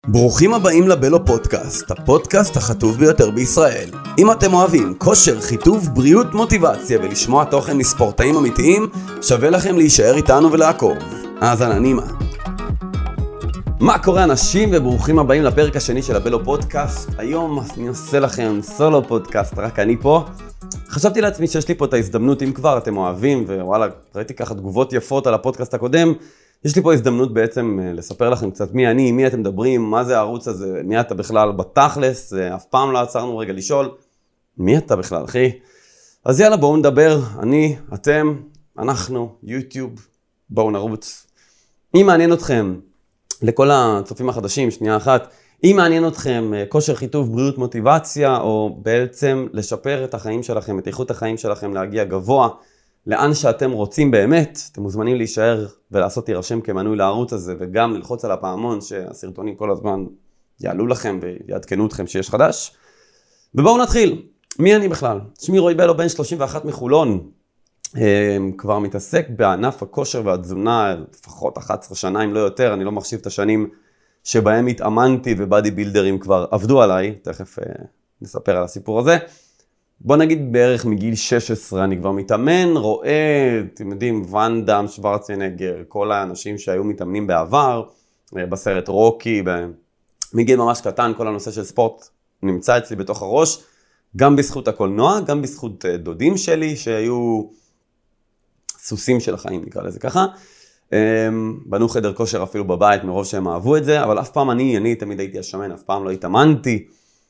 ברוכים הבאים לבלו פודקאסט, הפודקאסט החטוב ביותר בישראל. אם אתם אוהבים כושר, חיטוב, בריאות, מוטיבציה ולשמוע תוכן מספורטאים אמיתיים, שווה לכם להישאר איתנו ולעקוב. האזנה נעימה. מה קורה אנשים וברוכים הבאים לפרק השני של הבלו פודקאסט. היום אני עושה לכם סולו פודקאסט, רק אני פה. חשבתי לעצמי שיש לי פה את ההזדמנות, אם כבר אתם אוהבים, ווואלה, ראיתי ככה תגובות יפות על הפודקאסט הקודם, יש לי פה הזדמנות בעצם לספר לכם קצת מי אני, מי אתם מדברים, מה זה הערוץ הזה, מי אתה בכלל בתכלס, אף פעם לא עצרנו רגע לשאול, מי אתה בכלל, אחי? אז יאללה, בואו נדבר, אני, אתם, אנחנו, יוטיוב, בואו נרוץ. אם מעניין אתכם, לכל הצופים החדשים, שנייה אחת, אם מעניין אתכם כושר, חיטוב, בריאות, מוטיבציה, או בעצם לשפר את החיים שלכם, את איכות החיים שלכם, להגיע גבוה, לאן שאתם רוצים באמת, אתם מוזמנים להישאר ולעשות תירשם כמנוי לערוץ הזה, וגם ללחוץ על הפעמון שהסרטונים כל הזמן יעלו לכם ויעדכנו אתכם שיש חדש. ובואו נתחיל. מי אני בכלל? שמי רועי בלו, בן 31 מחולון. כבר מתעסק בענף הכושר והתזונה, לפחות 11 שנה אם לא יותר, אני לא מחשיב את השנים שבהם התאמנתי ובאדי בילדרים כבר עבדו עליי, תכף נספר על הסיפור הזה. בוא נגיד בערך מגיל 16 אני כבר מתאמן, רואה, אתם יודעים, ואן דאם, שוורצנגר, כל האנשים שהיו מתאמנים בעבר, בסרט רוקי, מגיל ממש קטן, כל הנושא של ספורט נמצא אצלי בתוך הראש, גם בזכות הקולנוע, גם בזכות דודים שלי שהיו סוסים של החיים, נקרא לזה ככה. בנו חדר כושר אפילו בבית מרוב שהם אהבו את זה, אבל אף פעם אני תמיד הייתי השמן, אף פעם לא התאמנתי.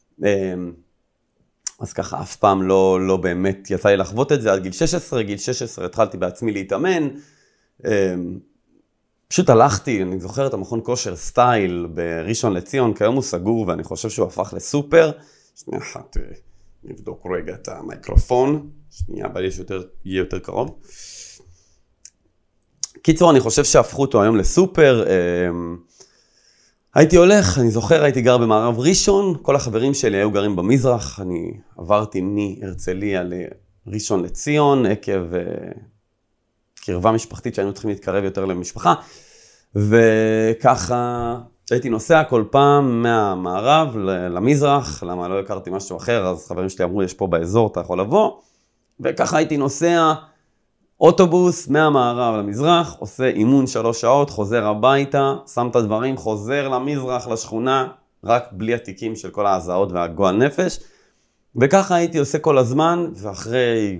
אז ככה אף פעם לא באמת יצא לי לחוות את זה עד גיל 16, גיל 16 התחלתי בעצמי להתאמן, פשוט הלכתי, אני זוכר את המכון כושר סטייל בראשון לציון, כיום הוא סגור ואני חושב שהוא הפך לסופר, שנייה אחת נבדוק רגע את המיקרופון, שנייה אבל יהיה יותר קרוב. קיצור אני חושב שהפכו אותו היום לסופר, הייתי הולך, אני זוכר, הייתי גר במערב ראשון, כל החברים שלי היו גרים במזרח, אני עברתי מהרצליה לראשון לציון, עקב קרבה משפחתית שהיינו צריכים להתקרב יותר למשפחה, וככה הייתי נוסע כל פעם מהמערב למזרח, למה לא הכרתי משהו אחר, אז חברים שלי אמרו, יש פה באזור, אתה יכול לבוא, וככה הייתי נוסע, אוטובוס מהמערב למזרח, עושה אימון 3 שעות, חוזר הביתה, שם את הדברים, חוזר למזרח, לשכונה, רק בלי התיקים של כל ההזעות והגועל נפש. וככה הייתי עושה כל הזמן, ואחרי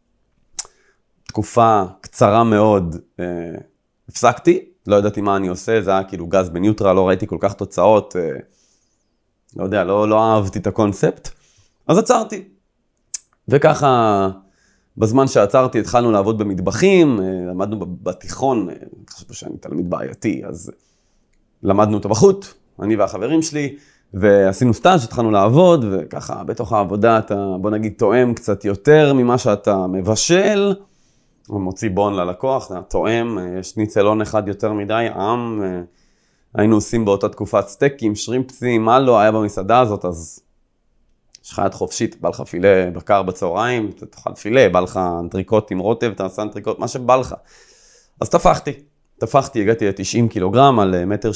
תקופה קצרה מאוד הפסקתי, לא ידעתי מה אני עושה, זה היה כאילו גז בניוטרל, לא ראיתי כל כך תוצאות, לא יודע, לא אהבתי את הקונספט, אז עצרתי. וככה בזמן שעצרתי התחלנו לעבוד במטבחים, למדנו בתיכון, חשבתי שאני תלמיד בעייתי, אז למדנו את הבחות, אני והחברים שלי, ועשינו סטאז', התחלנו לעבוד, וככה בתוך העבודה אתה, בוא נגיד, תואם קצת יותר ממה שאתה מבשל, או מוציא בון ללקוח, אתה תואם, יש ניצלון אחד יותר מדי, היינו עושים באותה תקופת סטייקים, שרימפסים, מה לא היה במסעדה הזאת, אז יש לך יד חופשית, בא לך פילה בקר בצהריים, אתה תאכל פילה, בא לך אנטריקוט עם רוטב, אתה עושה אנטריקוט, מה שבא לך. אז תפחתי, הגעתי ל-90 קילוגרם על 1.76 מטר,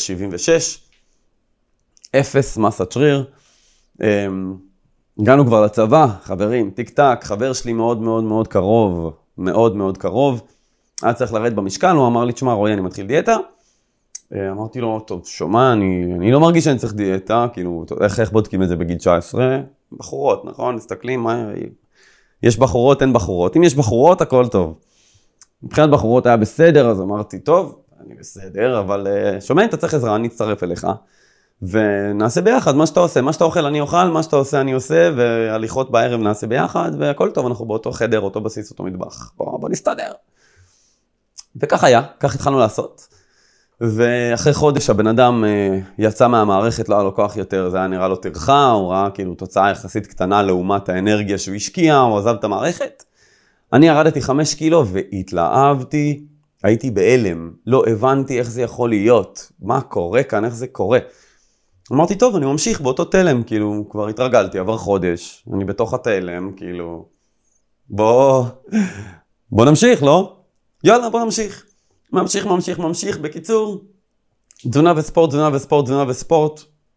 0 מסת שריר. הגענו כבר לצבא, חברים, טיק טק, חבר שלי מאוד מאוד מאוד קרוב, מאוד מאוד קרוב. היה צריך לרדת במשקל, הוא אמר לי, תשמע רועי, אני מתחיל דיאטה. אמרתי לו, טוב, שומע, אני לא מרגיש שאני צריך דיאטה, כאילו, איך בודקים את זה בגיל 19? בחורות, נכון? מסתכלים, יש בחורות, אין בחורות. אם יש בחורות, הכל טוב. מבחינת בחורות היה בסדר, אז אמרתי, טוב, אני בסדר, אבל שומע, אתה צריך עזרה, אני אצטרף אליך, ונעשה ביחד, מה שאתה עושה, מה שאתה אוכל אני אוכל, מה שאתה עושה אני עושה, והליכות בערב נעשה ביחד, והכל טוב, אנחנו באותו חדר, אותו בסיס, אותו מטבח. בוא נסתדר. וכך היה, כך התחלנו לעשות. ואחרי חודש הבן אדם יצא מהמערכת, לא היה לו כוח יותר, זה היה נראה לו תרחה, הוא ראה כאילו תוצאה יחסית קטנה לעומת האנרגיה שהוא השקיע, הוא עזב את המערכת. אני ירדתי 5 קילו והתלהבתי, הייתי באלם, לא הבנתי איך זה יכול להיות, מה קורה כאן, איך זה קורה. אמרתי, טוב, אני ממשיך באותו תלם, כאילו כבר התרגלתי, עבר חודש, אני בתוך התלם, כאילו, בוא נמשיך, לא? יאללה, בוא נמשיך. ממשיך. בקיצור, תזונה וספורט,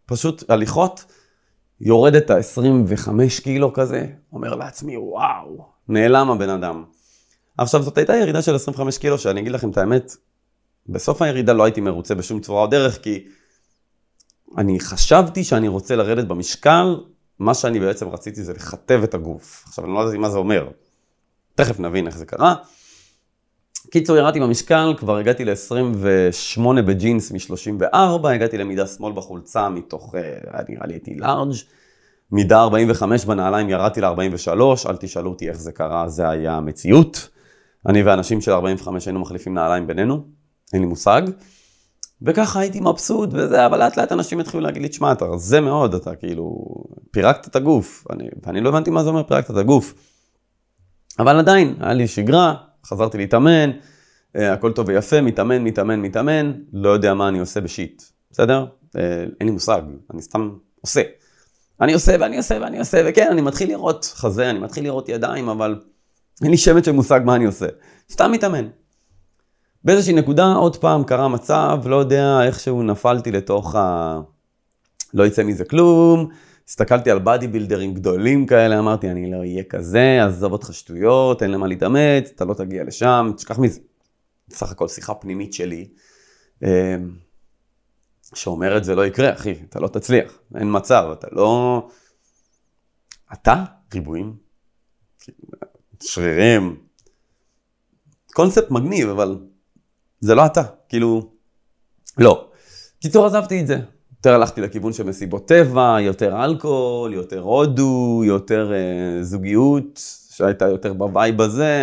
פשוט הליכות, יורד את ה-25 קילו כזה, אומר לעצמי, וואו, נעלם הבן אדם. עכשיו, זאת הייתה ירידה של 25 קילו, שאני אגיד לכם את האמת, בסוף הירידה לא הייתי מרוצה בשום צורה או דרך, כי אני חשבתי שאני רוצה לרדת במשקל, מה שאני בעצם רציתי זה לחטב את הגוף. עכשיו, אני לא יודעת מה זה אומר. תכף נבין איך זה קרה. קיצור, ירדתי במשקל, כבר הגעתי ל-28 בג'ינס מ-34, הגעתי למידה שמאל בחולצה מתוך, נראה לי הייתי לארג', מידה 45 בנעליים ירדתי ל-43, אל תשאלו אותי איך זה קרה, זה היה המציאות. אני ואנשים של 45 היינו מחליפים נעליים בינינו, אין לי מושג. וככה הייתי מבסוט וזה, אבל לאט לאט אנשים התחילו להגיד לי, תשמע, אתה רזה מאוד, אתה כאילו פירקת את הגוף, ואני לא הבנתי מה זה אומר פירקת את הגוף. אבל עדיין, היה לי שגרה, חזרתי להתאמן, הכל טוב ויפה, מתאמן, לא יודע מה אני עושה בשיט, בסדר? אין לי מושג, אני סתם עושה. אני עושה, וכן, אני מתחיל לראות חזה, אני מתחיל לראות ידיים, אבל אין לי שמץ של מושג מה אני עושה. סתם מתאמן. באיזושהי נקודה, עוד פעם קרה מצב, לא יודע, איכשהו נפלתי לתוך לא יצא מזה כלום, הסתכלתי על בדי בילדרים גדולים כאלה, אמרתי, אני לא אהיה כזה, עזוב אותך שטויות, אין למה להתאמץ, אתה לא תגיע לשם, תשכח מזה. סך הכל שיחה פנימית שלי, שאומרת זה לא יקרה, אחי, אתה לא תצליח, אין מצב, אתה לא... אתה, ריבועים, שרירים, קונספט מגניב, אבל זה לא אתה, כאילו, לא. קיצור, עזבתי את זה. יותר הלכתי לכיוון של מסיבות טבע, יותר אלכוהול, יותר הודו, יותר זוגיות, שהייתה יותר בווייב הזה.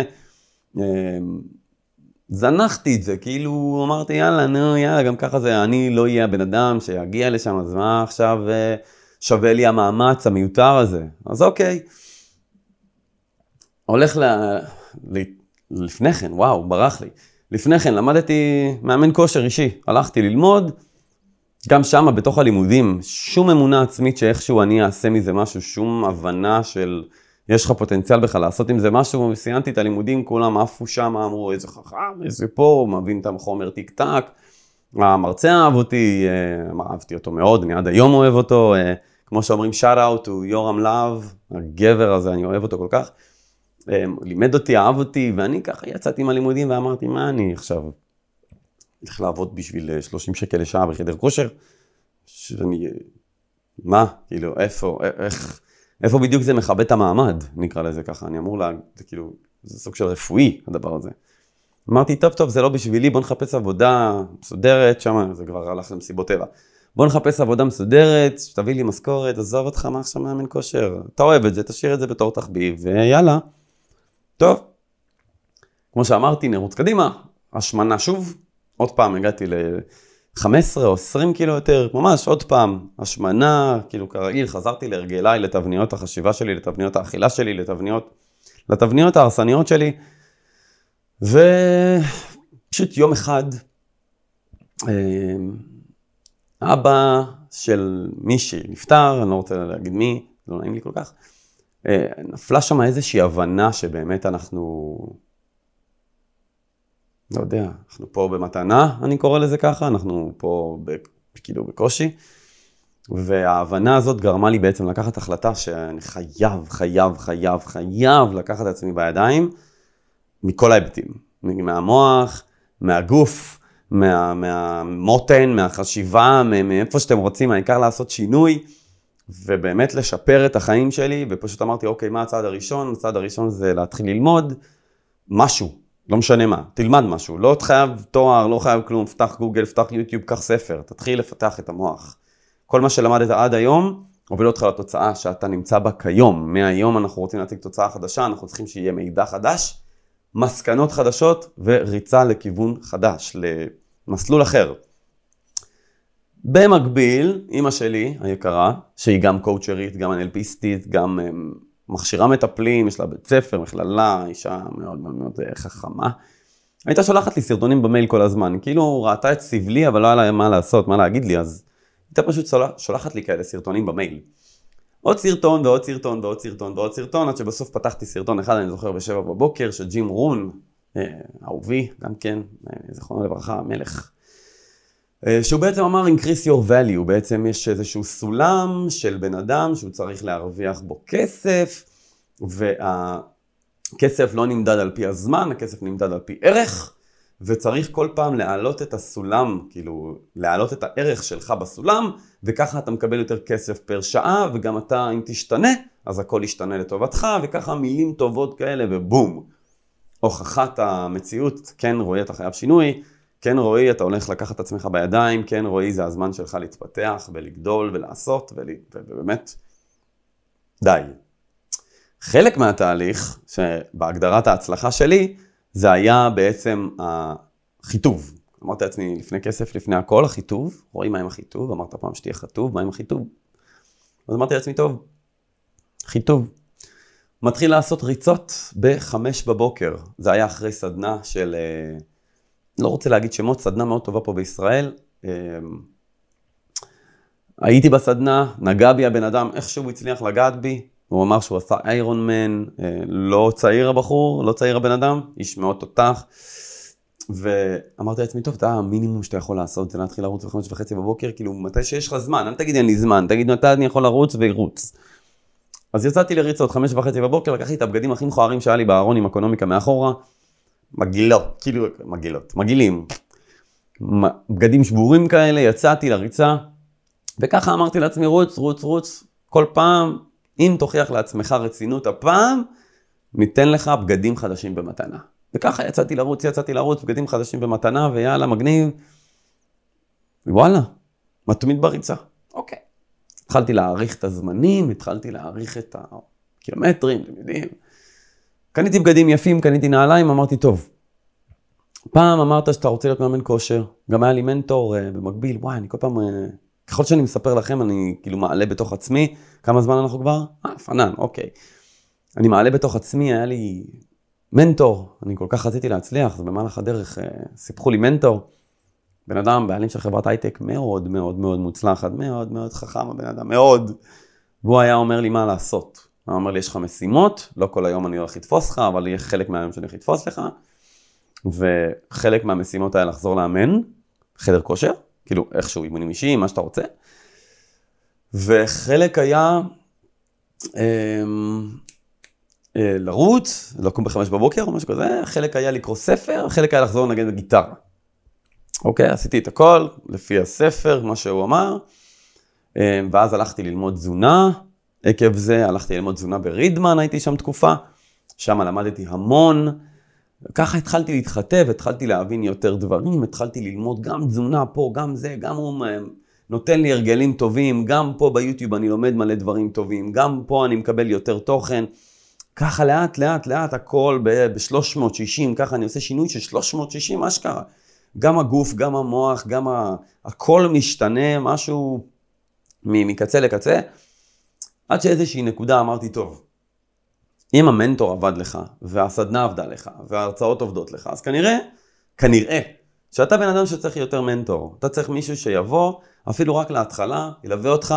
זנחתי את זה, כאילו אמרתי, יאללה, גם ככה זה, אני לא אהיה הבן אדם שיגיע לשם, אז מה עכשיו שווה לי המאמץ המיותר הזה? אז אוקיי. הולך לפני כן, וואו, ברח לי. לפני כן למדתי מאמן כושר אישי, הלכתי ללמוד, גם שם בתוך הלימודים, שום אמונה עצמית שאיכשהו אני אעשה מזה משהו, שום הבנה של יש לך פוטנציאל בכלל לעשות עם זה משהו, סיימתי את הלימודים, כולם עפו שם, אמרו איזה חכם, איזה פה, מבין את החומר טיק טק, המרצה אהב אותי, אהבתי אותו מאוד, אני עד היום אוהב אותו, כמו שאומרים shout out to יורם להב, הגבר הזה, אני אוהב אותו כל כך, לימד אותי, אהב אותי, ואני ככה יצאתי עם הלימודים ואמרתי, מה אני עכשיו הולך לעבוד בשביל 30 שקל לשעה בחדר כושר? מה? כאילו, איפה בדיוק זה מכבד את המעמד, נקרא לזה ככה, אני אמור זה כאילו, זה סוג של רפואי, הדבר הזה. אמרתי, טוב, זה לא בשבילי, בוא נחפש עבודה מסודרת, שם זה כבר הלך למסיבות טבע. בוא נחפש עבודה מסודרת, שתביא לי משכורת, עזוב אותך מה עכשיו מאמן כושר. אתה אוהב את זה, תשאיר את זה בתור תחביב, ויאללה. טוב. כמו שאמרתי, נרוץ קדימה, השמנה שוב, עוד פעם הגעתי ל-15 או 20 קילו יותר, ממש עוד פעם, השמנה, כאילו כרגיל, חזרתי להרגליי, לתבניות החשיבה שלי, לתבניות האכילה שלי, לתבניות ההרסניות שלי, ופשוט יום אחד, אבא של מישהי נפטר, אני לא רוצה להגיד מי, לא נעים לי כל כך, נפלה שם איזושהי הבנה שבאמת אנחנו, לא יודע, אנחנו פה במתנה, אני קורא לזה ככה, אנחנו פה כאילו בקושי, וההבנה הזאת גרמה לי בעצם לקחת החלטה שאני חייב לקחת את עצמי בידיים, מכל ההיבטים, מהמוח, מהגוף, מהמותן, מהחשיבה, מאיפה שאתם רוצים, העיקר לעשות שינוי, ובאמת לשפר את החיים שלי, ופשוט אמרתי, אוקיי, מה הצעד הראשון? הצעד הראשון זה להתחיל ללמוד משהו, לא משנה מה, תלמד משהו, לא חייב תואר, לא חייב כלום, פתח גוגל, פתח יוטיוב, קח ספר, תתחיל לפתח את המוח. כל מה שלמדת עד היום, הוביל אותך לתוצאה שאתה נמצא בה כיום. מהיום אנחנו רוצים להציג תוצאה חדשה, אנחנו צריכים שיהיה מידע חדש, מסקנות חדשות וריצה לכיוון חדש, למסלול אחר. במקביל, אמא שלי היקרה, שהיא גם קואוצ'רית, גם NLPיסטית, גם מכשירה מטפלים, יש לה בית ספר, מכללה, אישה מאוד מאוד חכמה, הייתה שולחת לי סרטונים במייל כל הזמן, כאילו ראתה את סבלי, אבל לא היה לה מה לעשות, מה להגיד לי, אז הייתה פשוט שולחת לי כאלה סרטונים במייל. עוד סרטון ועוד סרטון ועוד סרטון ועוד סרטון, עד שבסוף פתחתי סרטון אחד, אני זוכר ב7 בבוקר, של ג'ים רון, אהובי, גם כן, זכרונו לברכה, המלך. שהוא בעצם אמר increase your value, בעצם יש איזשהו סולם של בן אדם שהוא צריך להרוויח בו כסף, והכסף לא נמדד על פי הזמן, הכסף נמדד על פי ערך, וצריך כל פעם להעלות את הסולם, כאילו להעלות את הערך שלך בסולם, וככה אתה מקבל יותר כסף פר שעה, וגם אתה אם תשתנה, אז הכל ישתנה לטובתך, וככה מילים טובות כאלה ובום. הוכחת המציאות, כן רואי אתה חייב שינוי, כן רואי אתה הולך לקחת את עצמך בידיים, כן רואי זה הזמן שלך להתפתח ולגדול ולעשות, ובאמת די. חלק מהתהליך שבהגדרת ההצלחה שלי, זה היה בעצם החיטוב. אמרתי לעצמי, לפני כסף, לפני הכל, החיטוב. רואים מה עם החיטוב? אמרת פעם שתהיה חטוב, מה עם החיטוב? אז אמרתי לעצמי, טוב, חיטוב. מתחיל לעשות ריצות ב-5 בבוקר. זה היה אחרי סדנה של, לא רוצה להגיד שמות, סדנה מאוד טובה פה בישראל. הייתי בסדנה, נגע בי הבן אדם, איכשהו הצליח לגעת בי. הוא אמר שהוא עשה איירון מן, לא צעיר הבחור, לא צעיר הבן אדם, איש מאוד תותח. ואמרתי לעצמי, טוב, אתה המינימום שאתה יכול לעשות, זה להתחיל לרוץ ב5:30 בבוקר, כאילו מתי שיש לך זמן, אל תגיד אין לי זמן, תגיד מתי אני יכול לרוץ וירוץ. אז יצאתי לריצות 5:30 בבוקר, לקחתי את הבגדים הכי מכוערים שהיה לי בארון עם אקונומיקה מאחורה, מגילים, בגדים שבורים כאלה, יצאתי לריצה, וככה אמרתי לעצמי, רוץ, כל פעם, אם תוכיח לעצמך רצינות הפעם, ניתן לך בגדים חדשים במתנה. וככה יצאתי לרוץ, בגדים חדשים במתנה, ויאללה, מגניב. וואלה, מתמיד בריצה. אוקיי. התחלתי להעריך את הזמנים, התחלתי להעריך את הקילומטרים, אתם יודעים. קניתי בגדים יפים, קניתי נעליים, אמרתי, טוב. פעם אמרת שאתה רוצה להיות מאמן כושר, גם היה לי מנטור במקביל, וואי, אני כל פעם, ככל שאני מספר לכם, אני כאילו מעלה בתוך עצמי, כמה זמן אנחנו כבר? פנן, אוקיי. אני מעלה בתוך עצמי, היה לי מנטור, אני כל כך רציתי להצליח, אז במהלך הדרך סיפחו לי מנטור, בן אדם, בעלים של חברת הייטק מאוד מאוד מאוד מוצלחת, מאוד מאוד חכם הבן אדם, מאוד, והוא היה אומר לי מה לעשות. הוא אומר לי, יש לך משימות, לא כל היום אני הולך לתפוס לך, אבל יהיה חלק מהיום שאני הולך לתפוס לך, וחלק מהמשימות היה לחזור לאמן, חדר כושר, כאילו איכשהו אימונים אישיים, מה שאתה רוצה, וחלק היה לרוץ, לקום ב5 בבוקר או משהו כזה, חלק היה לקרוא ספר, חלק היה לחזור לנגן בגיטרה. אוקיי, עשיתי את הכל, לפי הספר, מה שהוא אמר, ואז הלכתי ללמוד תזונה, עקב זה הלכתי ללמוד תזונה ברידמן, הייתי שם תקופה, שם למדתי המון, ככה התחלתי להתחתב, התחלתי להבין יותר דברים, התחלתי ללמוד גם תזונה פה, גם זה, גם הוא נותן לי הרגלים טובים, גם פה ביוטיוב אני לומד מלא דברים טובים, גם פה אני מקבל יותר תוכן, ככה לאט, הכל ב-360, ככה אני עושה שינוי של 360, מה שקרה? גם הגוף, גם המוח, גם הכל משתנה, משהו מקצה לקצה, עד שאיזושהי נקודה אמרתי, טוב, אם המנטור עבד לך, והסדנה עבדה לך, וההרצאות עובדות לך, אז כנראה, שאתה בן אדם שצריך יותר מנטור, אתה צריך מישהו שיבוא, אפילו רק להתחלה, ילווה אותך,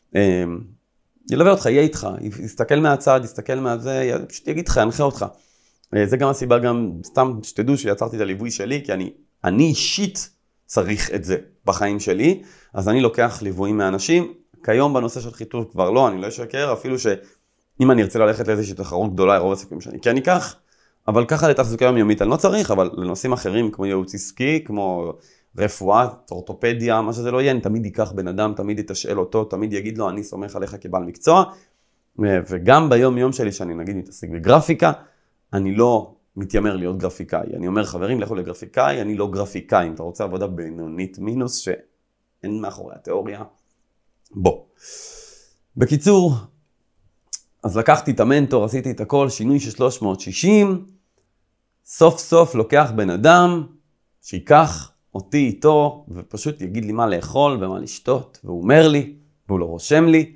יהיה איתך, יסתכל מהצד, יסתכל מהזה, פשוט יגיד לך, ינחה אותך. זה גם הסיבה, גם סתם שתדעו שיצרתי את הליווי שלי, כי אני אישית צריך את זה בחיים שלי, אז אני לוקח ליוויים מאנשים, כיום בנושא של חיתוך כבר לא, אני לא אשקר, אפילו שאם אני ארצה ללכת לאיזושהי תחרות גדולה, רוב הסיכויים שאני כן אקח, אבל ככה לתחזוקה יומיומית אני לא צריך, אבל לנושאים אחרים כמו ייעוץ עסקי, כמו רפואה, אורתופדיה, מה שזה לא יהיה, אני תמיד אקח בן אדם, תמיד יתשאל אותו, תמיד יגיד לו, אני סומך עליך כבעל מקצוע, וגם ביום יום שלי שאני נגיד מתעסק בגרפיקה, אני לא מתיימר להיות גרפיקאי. אני אומר, חברים, לכו לגרפיקאי, אני לא גרפיקאי. אם אתה רוצה עבודה בינונית מינוס, שאין מאחורי התיאוריה, בוא. בקיצור, אז לקחתי את המנטור, עשיתי את הכל, שינוי של 360, סוף סוף לוקח בן אדם, שיקח אותי איתו, ופשוט יגיד לי מה לאכול ומה לשתות, והוא אומר לי, והוא לא רושם לי,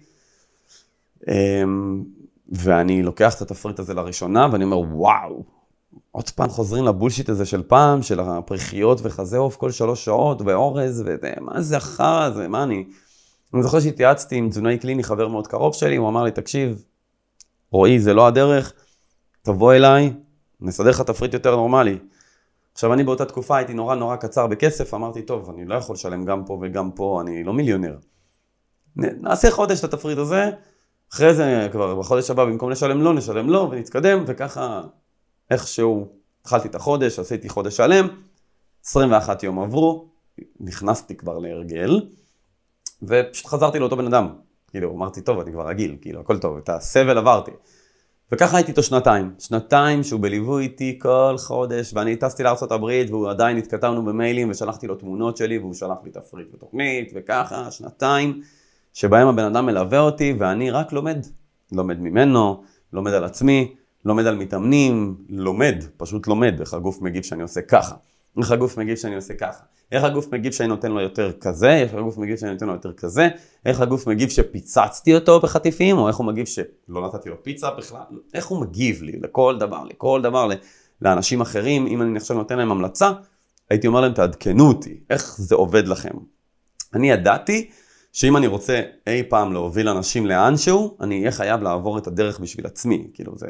ואני לוקח את התפריט הזה לראשונה, ואני אומר, וואו, עוד פעם חוזרים לבולשיט הזה של פעם, של הפריחיות וחזה עוף כל 3 שעות, ואורז, ומה זה אחר הזה, מה אני זוכר שהתייעצתי עם תזונאי קליני, חבר מאוד קרוב שלי, הוא אמר לי, תקשיב, רועי, זה לא הדרך, תבוא אליי, נסדר לך תפריט יותר נורמלי. עכשיו אני באותה תקופה הייתי נורא קצר בכסף, אמרתי טוב, אני לא יכול לשלם גם פה וגם פה, אני לא מיליונר. נעשה חודש את התפריט הזה, אחרי זה כבר בחודש הבא במקום לשלם לו, נשלם לו ונתקדם, וככה איכשהו התחלתי את החודש, עשיתי חודש שלם, 21 יום עברו, נכנסתי כבר להרגל, ופשוט חזרתי לאותו בן אדם. כאילו, אמרתי, טוב, אני כבר רגיל, כאילו, הכל טוב, את הסבל עברתי. וככה הייתי איתו שנתיים שהוא בליווי איתי כל חודש, ואני טסתי לארצות הברית, והוא עדיין התכתבנו במיילים, ושלחתי לו תמונות שלי, והוא שלח לי תפריט ותוכנית, וככה, שנתיים, שבהם הבן אדם מלווה אותי, ואני רק לומד ממנו, לומד על עצמי, לומד על מתאמנים, פשוט לומד, איך הגוף מגיב שאני עושה ככה, איך הגוף מגיב שאני עושה ככה, איך הגוף מגיב שאני נותן לו יותר כזה, איך הגוף מגיב שאני נותן לו יותר כזה, איך הגוף מגיב שפיצצתי אותו בחטיפים, או איך הוא מגיב שלא נתתי לו פיצה בכלל, איך הוא מגיב לי לכל דבר, לאנשים אחרים. אם אני עכשיו נותן להם המלצה, הייתי אומר להם, תעדכנו אותי, איך זה עובד לכם. אני ידעתי שאם אני רוצה אי פעם להוביל אנשים לאנשהו, אני אהיה חייב לעבור את הדרך בשביל עצמי,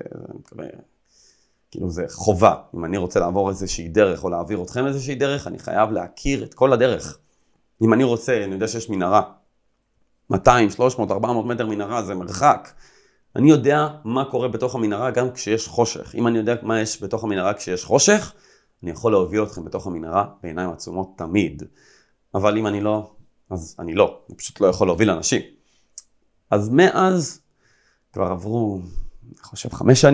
כאילו זה חובה. אם אני רוצה לעבור איזושהי דרך או להעביר אתכם איזושהי דרך, אני חייב להכיר את כל הדרך. אם אני רוצה, אני יודע שיש מנהרה, 200, 300, 400 מטר מנהרה, זה מרחק. אני יודע מה קורה בתוך המנהרה גם כשיש חושך. אם אני יודע מה יש בתוך המנהרה כשיש חושך, אני יכול להוביל אתכם בתוך המנהרה בעיניים עצומות תמיד. אבל אם אני לא, אז אני פשוט לא יכול להוביל אנשים. אז מאז כבר עברו, אני חושב,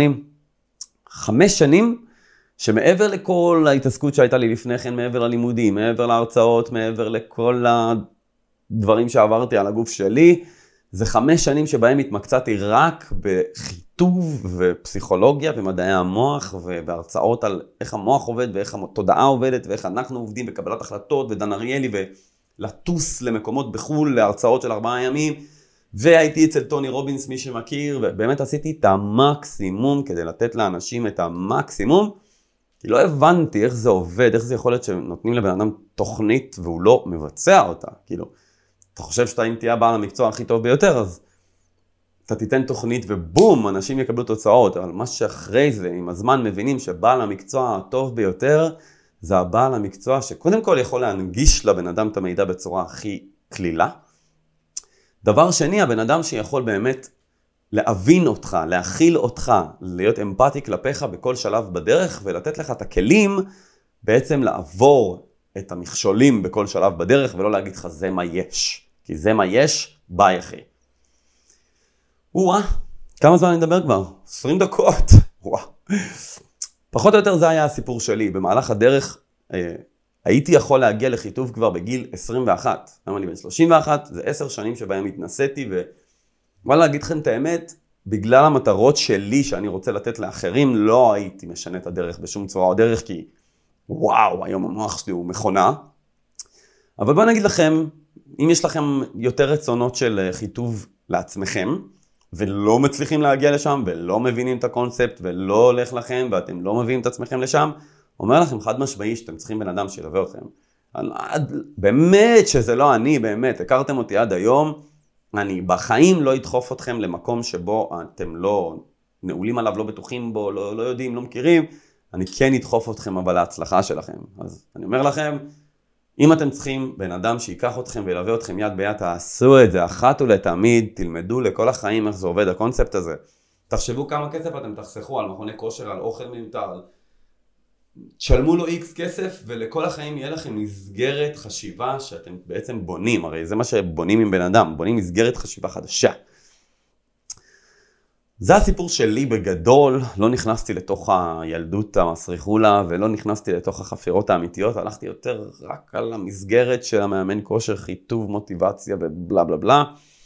5 שנים שמעבר לכל ההתעסקות שהייתה לי לפני כן, מעבר ללימודים, מעבר להרצאות, מעבר לכל הדברים שעברתי על הגוף שלי, זה 5 שנים שבהם התמקצעתי רק בחיטוב ופסיכולוגיה ומדעי המוח והרצאות על איך המוח עובד ואיך התודעה עובדת ואיך אנחנו עובדים בקבלת החלטות ודן אריאלי ולטוס למקומות בחול להרצאות של 4 ימים, והייתי אצל טוני רובינס, מי שמכיר, ובאמת עשיתי את המקסימום כדי לתת לאנשים את המקסימום, כי לא הבנתי איך זה עובד, איך זה יכול להיות שנותנים לבן אדם תוכנית והוא לא מבצע אותה. כאילו, אתה חושב שאתה אם תהיה בעל המקצוע הכי טוב ביותר, אז אתה תיתן תוכנית ובום, אנשים יקבלו תוצאות, אבל מה שאחרי זה, עם הזמן מבינים שבעל המקצוע הטוב ביותר, זה הבעל המקצוע שקודם כל יכול להנגיש לבן אדם את המידע בצורה הכי כלילה. דבר שני, הבן אדם שיכול באמת להבין אותך, להכיל אותך, להיות אמפתי כלפיך בכל שלב בדרך, ולתת לך את הכלים בעצם לעבור את המכשולים בכל שלב בדרך, ולא להגיד לך זה מה יש. כי זה מה יש, ביי אחי. כמה זמן אני מדבר כבר? 20 דקות. פחות או יותר זה היה הסיפור שלי. במהלך הדרך הייתי יכול להגיע לחיטוב כבר בגיל 21. למה אני בן 31? זה 10 שנים שבהם התנסיתי, וואלה, להגיד לכם את האמת, בגלל המטרות שלי שאני רוצה לתת לאחרים, לא הייתי משנה את הדרך בשום צורה או דרך, כי וואו, היום המוח שלי הוא מכונה. אבל בואו נגיד לכם, אם יש לכם יותר רצונות של חיטוב לעצמכם, ולא מצליחים להגיע לשם, ולא מבינים את הקונספט, ולא הולך לכם, ואתם לא מביאים את עצמכם לשם, אומר לכם חד משמעי שאתם צריכים בן אדם שילווה אתכם. באמת שזה לא אני, באמת, הכרתם אותי עד היום, אני בחיים לא אדחוף אתכם למקום שבו אתם לא נעולים עליו, לא בטוחים בו, לא יודעים, לא מכירים, אני כן אדחוף אתכם אבל להצלחה שלכם. אז אני אומר לכם, אם אתם צריכים בן אדם שיקח אתכם וילווה אתכם יד ביד, תעשו את זה אחת ולתמיד, תלמדו לכל החיים איך זה עובד הקונספט הזה. תחשבו כמה כסף אתם תחסכו על מכוני כושר, על אוכל מיותר, תשלמו לו X כסף ולכל החיים יהיה לכם מסגרת חשיבה שאתם בעצם בונים, הרי זה מה שבונים עם בן אדם, בונים מסגרת חשיבה חדשה. זה הסיפור שלי בגדול, לא נכנסתי לתוך הילדות המסריחולה ולא נכנסתי לתוך החפירות האמיתיות, הלכתי יותר רק על המסגרת של המאמן כושר, חיטוב, מוטיבציה ובלה בלה בלה.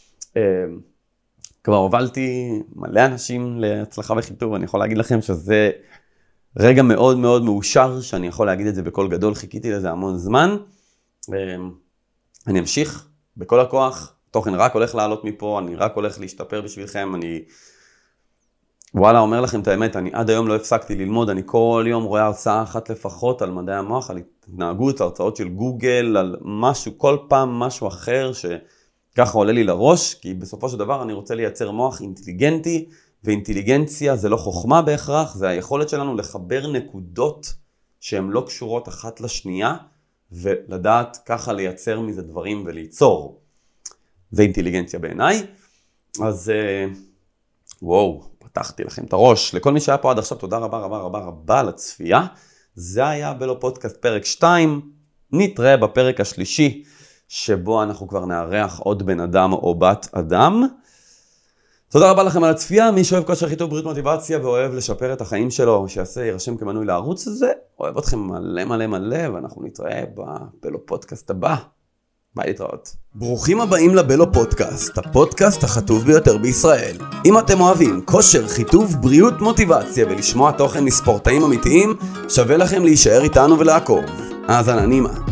כבר הובלתי מלא אנשים להצלחה בחיטוב, ואני יכול להגיד לכם שזה רגע מאוד מאוד מאושר, שאני יכול להגיד את זה בכל גדול, חיכיתי לזה המון זמן. אני אמשיך בכל הכוח, תוכן רק הולך לעלות מפה, אני רק הולך להשתפר בשבילכם, וואלה, אומר לכם את האמת, אני עד היום לא הפסקתי ללמוד, אני כל יום רואה הרצאה אחת לפחות על מדעי המוח, על התנהגות, הרצאות של גוגל, על משהו, כל פעם משהו אחר שככה עולה לי לראש, כי בסופו של דבר אני רוצה לייצר מוח אינטליגנטי, ואינטליגנציה זה לא חוכמה בהכרח, זה היכולת שלנו לחבר נקודות שהן לא קשורות אחת לשנייה, ולדעת ככה לייצר מזה דברים וליצור. זה אינטליגנציה בעיניי. אז וואו, פתחתי לכם את הראש. לכל מי שהיה פה עד עכשיו, תודה רבה רבה רבה רבה לצפייה. זה היה בלו פודקאסט פרק 2. נתראה בפרק השלישי, שבו אנחנו כבר נארח עוד בן אדם או בת אדם. תודה רבה לכם על הצפייה. מי שאוהב כושר חיתוך בריאות מוטיבציה ואוהב לשפר את החיים שלו, יירשם כמנוי לערוץ הזה. אוהב אתכם מלא מלא מלא, ואנחנו נתראה בבלו פודקאסט הבא. ביי, להתראות. ברוכים הבאים לבלו פודקאסט, הפודקאסט החטוב ביותר בישראל. אם אתם אוהבים כושר, חיטוב, בריאות, מוטיבציה ולשמוע תוכן מספורטאים אמיתיים, שווה לכם להישאר איתנו ולעקוב. האזנה נעימה.